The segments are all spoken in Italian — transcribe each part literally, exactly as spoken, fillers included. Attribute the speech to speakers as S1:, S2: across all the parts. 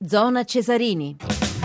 S1: Zona Cesarini.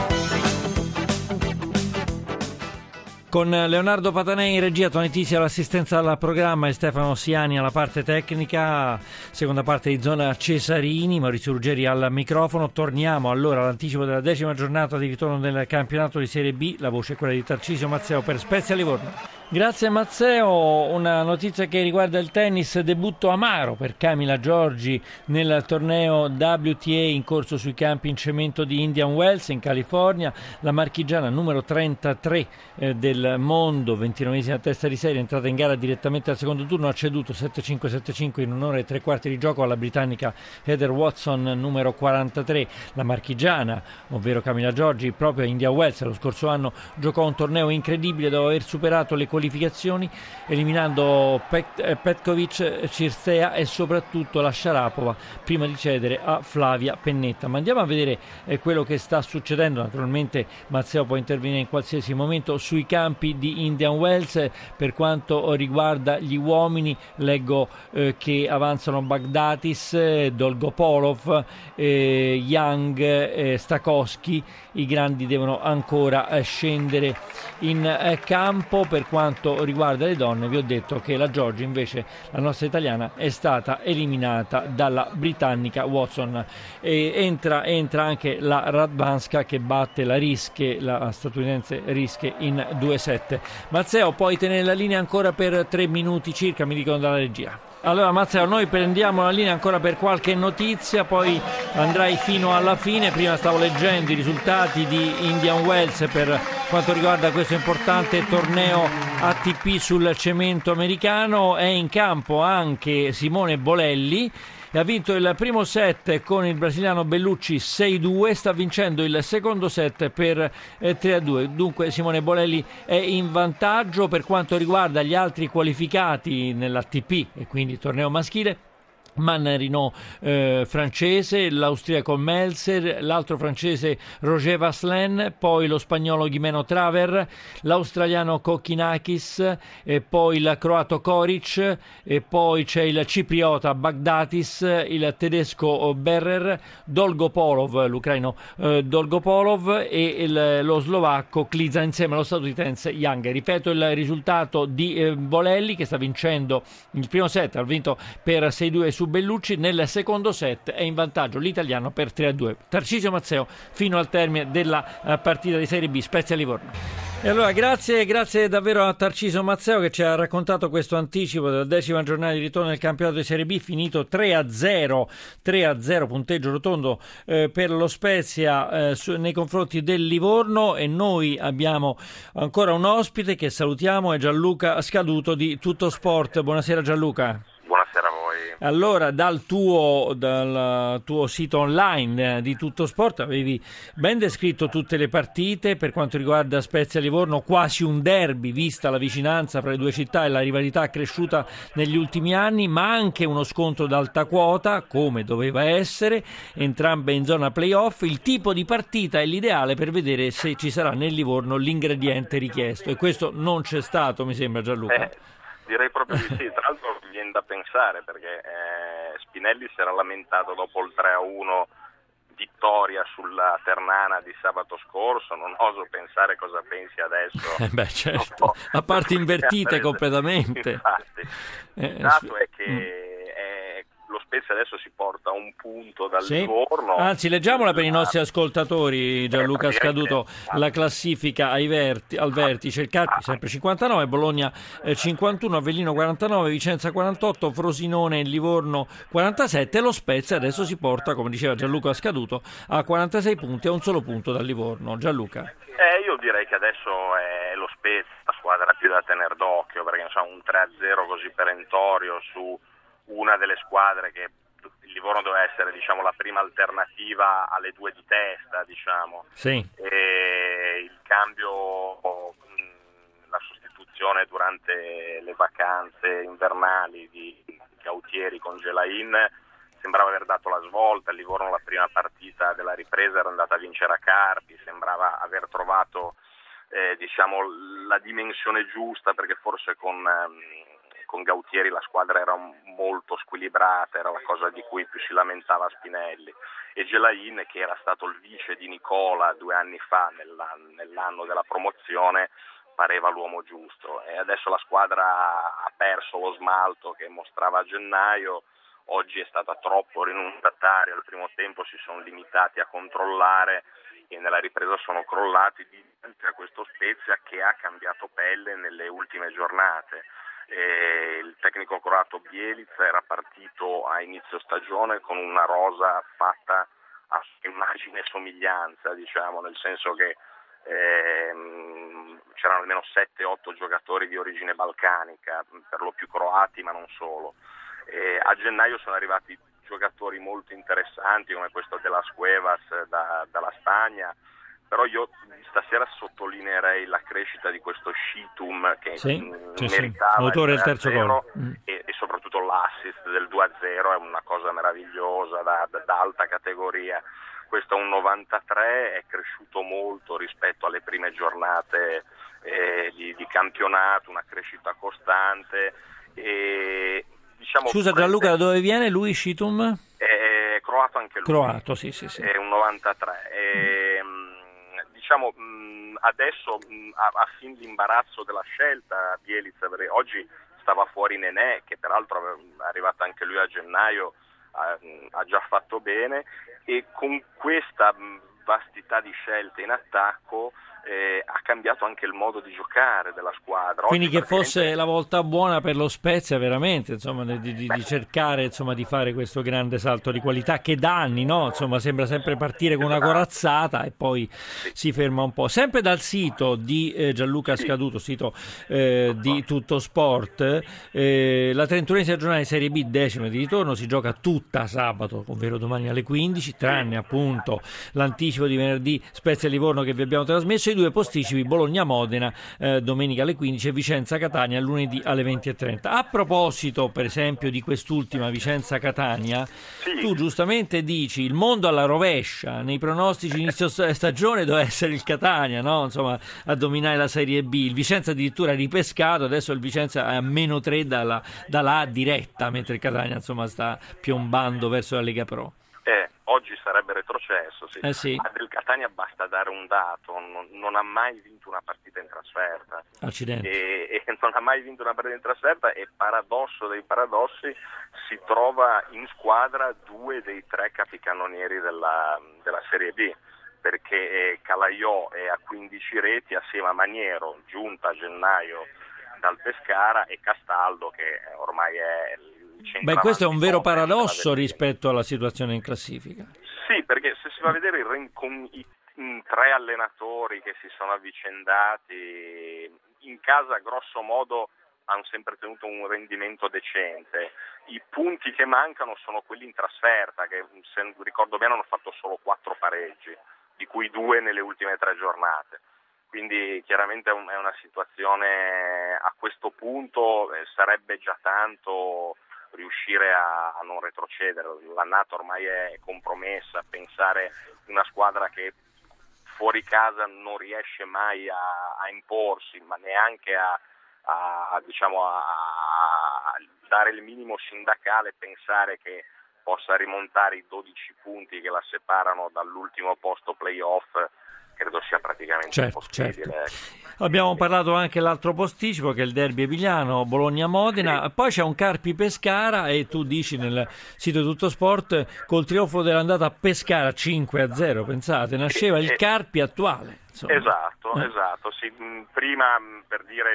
S2: Con Leonardo Patanei in regia, Tony Tisi all'assistenza al programma e Stefano Siani alla parte tecnica. Seconda parte di Zona Cesarini, Maurizio Ruggeri al microfono. Torniamo allora all'anticipo della decima giornata di ritorno del campionato di Serie B. La voce è quella di Tarcisio Mazzeo per Spezia Livorno. Grazie Mazzeo, una notizia che riguarda il tennis, debutto amaro per Camila Giorgi nel torneo W T A in corso sui campi in cemento di Indian Wells in California. La marchigiana numero trentatré eh, del mondo, ventinovesima testa di serie, entrata in gara direttamente al secondo turno, ha ceduto sette cinque sette cinque in un'ora e tre quarti di gioco alla britannica Heather Watson numero quarantatré. La marchigiana, ovvero Camila Giorgi, proprio a Indian Wells lo scorso anno giocò un torneo incredibile dopo aver superato le qualificazioni eliminando Pet- Petkovic, Cirstea e soprattutto la Sharapova prima di cedere a Flavia Pennetta. Ma andiamo a vedere eh, quello che sta succedendo. Naturalmente Mazzeo può intervenire in qualsiasi momento sui campi di Indian Wells. Per quanto riguarda gli uomini, leggo eh, che avanzano Baghdatis, eh, Dolgopolov, eh, Young, eh, Stakowski. I grandi devono ancora eh, scendere in eh, campo. Per quanto riguarda le donne, vi ho detto che la Giorgi, invece, la nostra italiana, è stata eliminata dalla britannica Watson. E entra, entra anche la Radwanska che batte la Riske, la statunitense Riske, in due sette. Mazzeo, puoi tenere la linea ancora per tre minuti circa, mi dicono dalla regia. Allora Mazzeo, noi prendiamo la linea ancora per qualche notizia, poi andrai fino alla fine. Prima stavo leggendo i risultati di Indian Wells per quanto riguarda questo importante torneo A T P sul cemento americano. È in campo anche Simone Bolelli e ha vinto il primo set con il brasiliano Bellucci sei due, sta vincendo il secondo set per eh, tre a due. Dunque Simone Bolelli è in vantaggio. Per quanto riguarda gli altri qualificati nell'A T P e quindi torneo maschile, Manarino eh, francese, l'austriaco Melzer, l'altro francese Roger Vasselin, poi lo spagnolo Gimeno Traver, l'australiano Kokkinakis, e poi il croato Koric, e poi c'è il cipriota Baghdatis, il tedesco Berrer, Dolgopolov, l'ucraino eh, Dolgopolov, e il, lo slovacco Kliza, insieme allo statunitense Young. Ripeto il risultato di eh, Bolelli, che sta vincendo il primo set, ha vinto per sei due su Bellucci. Nel secondo set è in vantaggio l'italiano per tre a due. Tarcisio Mazzeo fino al termine della uh, partita di Serie B Spezia Livorno. E allora grazie, grazie davvero a Tarcisio Mazzeo che ci ha raccontato questo anticipo della decima giornata di ritorno del campionato di Serie B, finito tre a zero, tre a zero, punteggio rotondo eh, per lo Spezia eh, su, nei confronti del Livorno. E noi abbiamo ancora un ospite che salutiamo, è Gianluca Scaduto di Tutto Sport. Buonasera Gianluca.
S3: Buonasera a voi.
S2: Allora, dal tuo, dal tuo sito online di Tutto Sport avevi ben descritto tutte le partite. Per quanto riguarda Spezia Livorno, quasi un derby, vista la vicinanza fra le due città e la rivalità cresciuta negli ultimi anni, ma anche uno scontro d'alta quota, come doveva essere, entrambe in zona playoff. Il tipo di partita è l'ideale per vedere se ci sarà nel Livorno l'ingrediente richiesto, e questo non c'è stato, mi sembra, Gianluca.
S3: Eh, direi proprio di sì. Tra l'altro viene da pensare, perché eh, Spinelli si era lamentato dopo il tre a uno vittoria sulla Ternana di sabato scorso. Non oso pensare cosa pensi adesso.
S2: Eh beh, certo, a parti invertite completamente.
S3: Infatti,
S2: eh,
S3: il dato è che
S2: mm.
S3: lo Spezia adesso si porta un punto dal
S2: sì.
S3: Livorno.
S2: Anzi, leggiamola per i nostri ascoltatori, Gianluca
S3: eh,
S2: Scaduto, la classifica ai verti, al vertice: il Carpi sempre cinquantanove, Bologna eh, cinquantuno, Avellino quarantanove, Vicenza quarantotto, Frosinone e Livorno quarantasette. Lo Spezia adesso si porta, come diceva Gianluca Scaduto, a quarantasei punti, a un solo punto dal Livorno. Gianluca.
S3: Eh, io direi che adesso è lo Spezia la squadra più da tenere d'occhio, perché insomma, un tre a zero così perentorio su una delle squadre che il Livorno doveva essere, diciamo, la prima alternativa alle due di testa, diciamo.
S2: Sì.
S3: E il cambio, la sostituzione durante le vacanze invernali di Gautieri con Gelain sembrava aver dato la svolta. Il Livorno la prima partita della ripresa era andata a vincere a Carpi, sembrava aver trovato eh, diciamo la dimensione giusta, perché forse con ehm, con Gautieri la squadra era molto squilibrata, era la cosa di cui più si lamentava Spinelli, e Gelain, che era stato il vice di Nicola due anni fa nell'anno, nell'anno della promozione, pareva l'uomo giusto. E adesso la squadra ha perso lo smalto che mostrava a gennaio, oggi è stata troppo rinunciataria, al primo tempo si sono limitati a controllare e nella ripresa sono crollati dinanzi a questo Spezia che ha cambiato pelle nelle ultime giornate. E il tecnico croato Bjelica era partito a inizio stagione con una rosa fatta a immagine e somiglianza, diciamo, nel senso che ehm, c'erano almeno sette otto giocatori di origine balcanica, per lo più croati ma non solo. E a gennaio sono arrivati giocatori molto interessanti come questo de las Cuevas da, dalla Spagna, però io stasera sottolineerei la crescita di questo Schitum che
S2: sì,
S3: mh,
S2: sì,
S3: meritava
S2: sì. L'autore del terzo gol
S3: e, e soprattutto l'assist del due a zero è una cosa meravigliosa da, da, da alta categoria. Questo è un novantatré, è cresciuto molto rispetto alle prime giornate eh, di, di campionato, una crescita costante e diciamo,
S2: scusa Gianluca, da dove viene lui Schitum?
S3: È croato anche lui.
S2: Croato, sì, sì, sì.
S3: È un novantatré. E, mh, diciamo mh, adesso mh, ha, ha fin l'imbarazzo della scelta Bjelica, perché oggi stava fuori Nenè, che peraltro è arrivato anche lui a gennaio, ha, ha già fatto bene, e con questa mh, vastità di scelte in attacco eh, ha cambiato anche il modo di giocare della squadra.
S2: Quindi
S3: oggi
S2: che fosse la volta buona per lo Spezia veramente, insomma, di, di, di cercare insomma di fare questo grande salto di qualità che da anni, no? Insomma, sembra sempre partire con una corazzata e poi
S3: sì.
S2: si ferma un po'. Sempre dal sito di eh, Gianluca
S3: sì.
S2: Scaduto, sito eh, di Tutto Sport, eh, la trentunesima giornata di Serie B, decima di ritorno, si gioca tutta sabato, ovvero domani alle quindici, tranne appunto l'anticipo di venerdì Spezia-Livorno che vi abbiamo trasmesso, i due posticipi Bologna-Modena eh, domenica alle quindici e Vicenza-Catania lunedì alle venti e trenta. A proposito per esempio di quest'ultima Vicenza-Catania,
S3: sì.
S2: tu giustamente dici il mondo alla rovescia, nei pronostici inizio stagione doveva essere il Catania, no? Insomma, a dominare la Serie B, il Vicenza addirittura ripescato, adesso il Vicenza è a meno tre dalla, dalla A diretta, mentre il Catania insomma sta piombando verso la Lega Pro.
S3: Eh, oggi sarebbe retrocesso, sì.
S2: Eh sì.
S3: Ma del Catania basta dare un dato, non, non ha mai vinto una partita in trasferta.
S2: Accidenti.
S3: E, e non ha mai vinto una partita in trasferta e paradosso dei paradossi si trova in squadra due dei tre capicannonieri della, della Serie B, perché Calaiò è a quindici reti assieme a Maniero, giunta a gennaio dal Pescara, e Castaldo che ormai è
S2: Beh, questo è un vero paradosso rispetto alla situazione in classifica.
S3: Sì, perché se si va a vedere il, con i, i tre allenatori che si sono avvicendati in casa, grosso modo hanno sempre tenuto un rendimento decente. I punti che mancano sono quelli in trasferta, che se ricordo bene hanno fatto solo quattro pareggi, di cui due nelle ultime tre giornate. Quindi chiaramente è una situazione, a questo punto eh, sarebbe già tanto riuscire a, a non retrocedere. L'annata ormai è compromessa, pensare una squadra che fuori casa non riesce mai a, a imporsi, ma neanche a, a, diciamo a, a dare il minimo sindacale, pensare che possa rimontare i dodici punti che la separano dall'ultimo posto playoff, credo sia praticamente
S2: certo,
S3: impossibile.
S2: Certo. Abbiamo parlato anche dell'altro posticipo che è il derby emiliano, Bologna-Modena, sì. Poi c'è un Carpi-Pescara e tu dici nel sito Tutto Sport col trionfo dell'andata a Pescara cinque a zero, pensate, nasceva sì, il Carpi attuale. Insomma.
S3: Esatto,
S2: eh.
S3: esatto, sì, prima per dire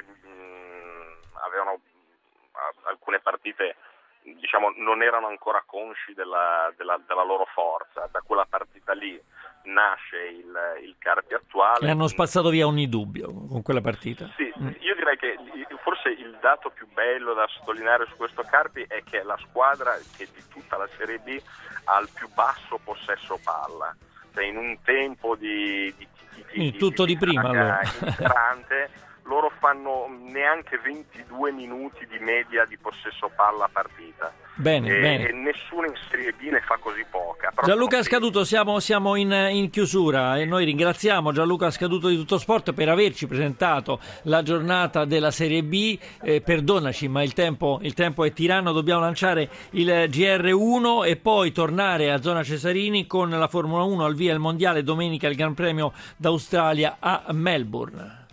S3: mh, avevano alcune partite, diciamo, non erano ancora consci della, della, della loro forza, da quella partita lì nasce il, il Carpi attuale.
S2: E hanno spazzato via ogni dubbio con quella partita.
S3: Sì, mm. io direi che forse il dato più bello da sottolineare su questo Carpi è che è la squadra che di tutta la Serie B ha il più basso possesso palla, cioè in un tempo di, di, di, di,
S2: tutto di, di prima allora.
S3: Imperante, loro fanno neanche ventidue minuti di media di possesso palla a partita.
S2: Bene,
S3: e,
S2: bene.
S3: e nessuno in Serie B ne fa così poca. Però
S2: Gianluca Scaduto, siamo, siamo in, in chiusura e noi ringraziamo Gianluca Scaduto di Tutto Sport per averci presentato la giornata della Serie B. Eh, perdonaci, ma il tempo, il tempo è tiranno, dobbiamo lanciare il G R uno e poi tornare a Zona Cesarini con la Formula uno al via il mondiale, domenica il Gran Premio d'Australia a Melbourne.